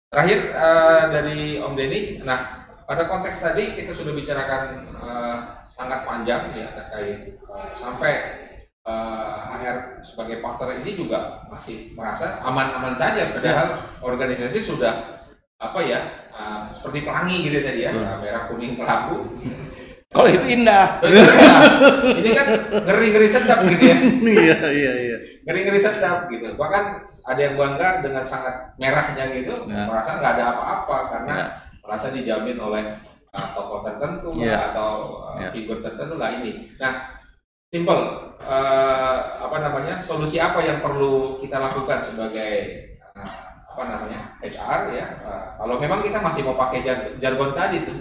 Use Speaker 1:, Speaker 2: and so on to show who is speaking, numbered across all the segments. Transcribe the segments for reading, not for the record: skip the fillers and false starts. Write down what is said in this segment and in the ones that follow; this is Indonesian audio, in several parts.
Speaker 1: Terakhir dari Om Denny, nah pada konteks tadi kita sudah bicarakan sangat panjang ya terkait sampai HR sebagai partner ini juga masih merasa aman-aman saja, padahal organisasi sudah apa ya seperti pelangi gitu tadi ya, merah kuning kelabu.
Speaker 2: Kalau itu indah.
Speaker 1: Ini kan ngeri-ngeri sedap gitu ya.
Speaker 2: Iya.
Speaker 1: Ngeri-ngeri sedap gitu. Bahkan ada yang bangga dengan sangat merahnya gitu, merasa nggak ada apa-apa karena merasa dijamin oleh tokoh tertentu atau figur tertentu lah ini. Nah, simple. Solusi apa yang perlu kita lakukan sebagai HR ya? Kalau memang kita masih mau pakai jargon tadi tuh.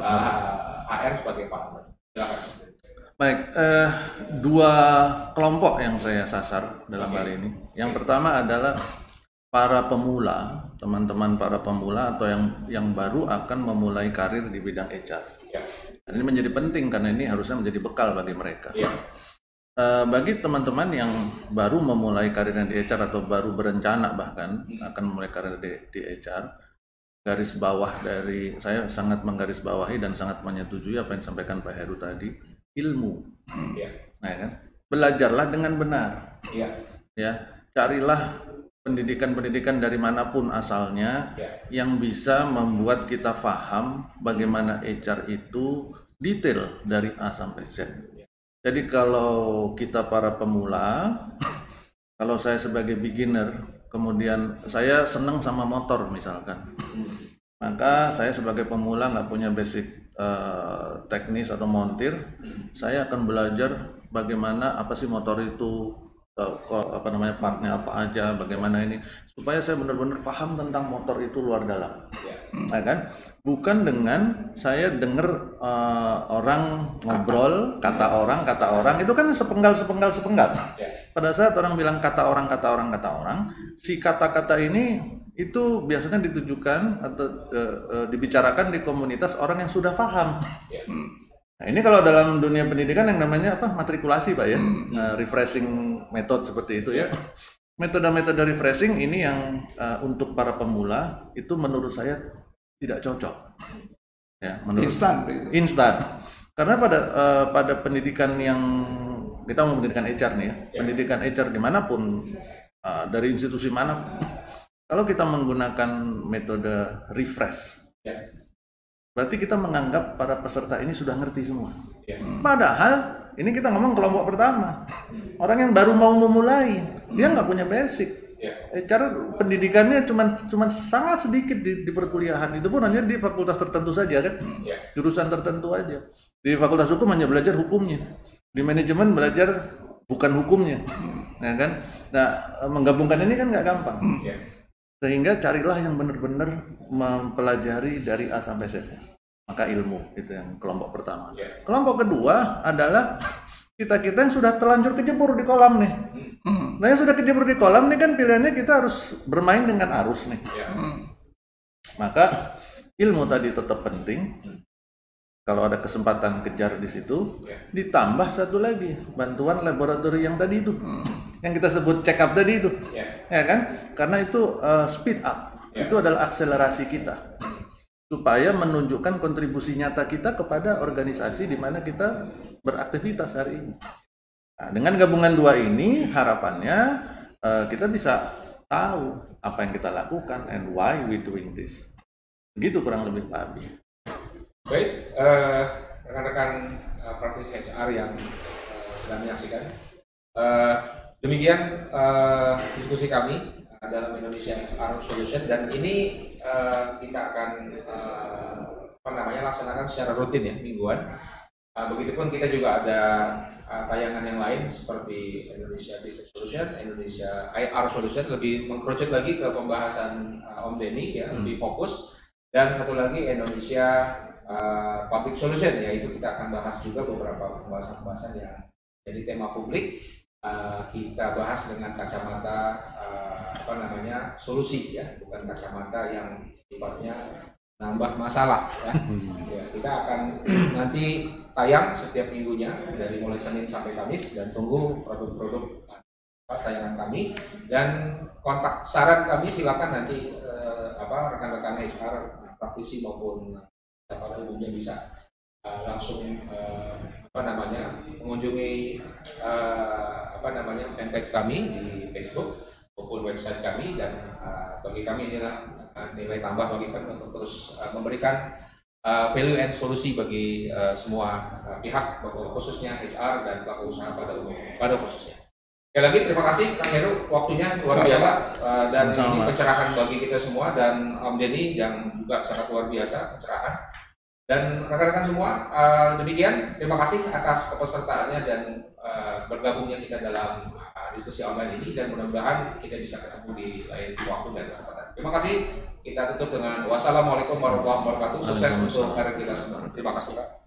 Speaker 1: HR sebagai partner. Silakan.
Speaker 3: Baik, dua kelompok yang saya sasar dalam hal ini. Yang pertama adalah para pemula, teman-teman para pemula atau yang baru akan memulai karir di bidang HR. Dan ini menjadi penting karena ini harusnya menjadi bekal bagi mereka. Bagi teman-teman yang baru memulai karirnya di HR atau baru berencana bahkan akan memulai karir di HR, garis bawah dari saya sangat menggarisbawahi dan sangat menyetujui apa yang disampaikan Pak Heru tadi, ilmu. Nah, kan? Belajarlah dengan benar. Ya, carilah pendidikan dari manapun asalnya yang bisa membuat kita paham bagaimana HR itu detail dari A sampai Z. Jadi kalau kita para pemula, kalau saya sebagai beginner kemudian saya senang sama motor misalkan, maka saya sebagai pemula nggak punya basic teknis atau montir, saya akan belajar bagaimana apa sih motor itu, partnya apa aja, bagaimana ini, supaya saya benar-benar paham tentang motor itu luar dalam, ya kan? Bukan dengan saya dengar orang ngobrol kata orang itu kan sepenggal. Pada saat orang bilang kata orang, si kata-kata ini itu biasanya ditujukan atau dibicarakan di komunitas orang yang sudah paham. Nah, ini kalau dalam dunia pendidikan yang namanya matrikulasi Pak ya, refreshing method seperti itu ya. Metode-metode refreshing ini yang untuk para pemula itu menurut saya tidak cocok. Ya, instan. Karena pada pendidikan yang kita mau pendidikan HR nih ya, pendidikan HR dimanapun, dari institusi mana, kalau kita menggunakan metode refresh, berarti kita menganggap para peserta ini sudah ngerti semua. Padahal ini kita ngomong kelompok pertama, orang yang baru mau memulai, dia nggak punya basic. Cara pendidikannya cuma sangat sedikit di perkuliahan, itu pun hanya di fakultas tertentu saja kan, jurusan tertentu aja. Di fakultas hukum hanya belajar hukumnya, di manajemen belajar bukan hukumnya, ya kan. Nah, menggabungkan ini kan nggak gampang. Sehingga carilah yang benar-benar mempelajari dari A sampai Z. Maka ilmu itu yang kelompok pertama. Kelompok kedua adalah kita yang sudah terlanjur kejebur di kolam nih. Nah, yang sudah kejebur di kolam nih kan pilihannya kita harus bermain dengan arus nih. Maka ilmu tadi tetap penting. Kalau ada kesempatan kejar di situ, ditambah satu lagi bantuan laboratorium yang tadi itu, yang kita sebut check up tadi itu, ya kan? Karena itu speed up, itu adalah akselerasi kita, supaya menunjukkan kontribusi nyata kita kepada organisasi di mana kita beraktivitas hari ini. Nah, dengan gabungan dua ini harapannya kita bisa tahu apa yang kita lakukan and why we doing this. Begitu kurang lebih Pak Abi.
Speaker 1: Baik, rekan-rekan praktisi HR yang sedang menyaksikan, demikian diskusi kami dalam Indonesia HR Solution, dan ini kita akan laksanakan secara rutin ya, mingguan. Begitupun kita juga ada tayangan yang lain seperti Indonesia Business Solution, Indonesia HR Solution, lebih mengkerucut lagi ke pembahasan Om Denny ya, lebih fokus, dan satu lagi Indonesia Public Solution, yaitu kita akan bahas juga beberapa pembahasan yang jadi tema publik. Kita bahas dengan kacamata solusi ya, bukan kacamata yang sifatnya nambah masalah ya. Kita akan nanti tayang setiap minggunya dari mulai Senin sampai Kamis, dan tunggu produk-produk tayangan kami, dan kontak saran kami silakan nanti rekan-rekan HR, praktisi maupun pada umumnya bisa langsung mengunjungi fanpage kami di Facebook maupun website kami, dan bagi kami inilah nilai tambah bagi kami untuk terus memberikan value and solusi bagi semua pihak, khususnya HR dan pelaku usaha pada khususnya. Sekali lagi terima kasih Kang Heru, waktunya luar biasa dan ini pencerahan bagi kita semua, dan Om Denny yang juga sangat luar biasa pencerahan. Dan rekan-rekan semua, demikian terima kasih atas kepesertaannya dan bergabungnya kita dalam diskusi online ini, dan mudah-mudahan kita bisa ketemu di lain waktu dan kesempatan. Terima kasih. Kita tutup dengan wassalamualaikum warahmatullahi wabarakatuh. Sukses untuk karir kita semua. Terima kasih Pak.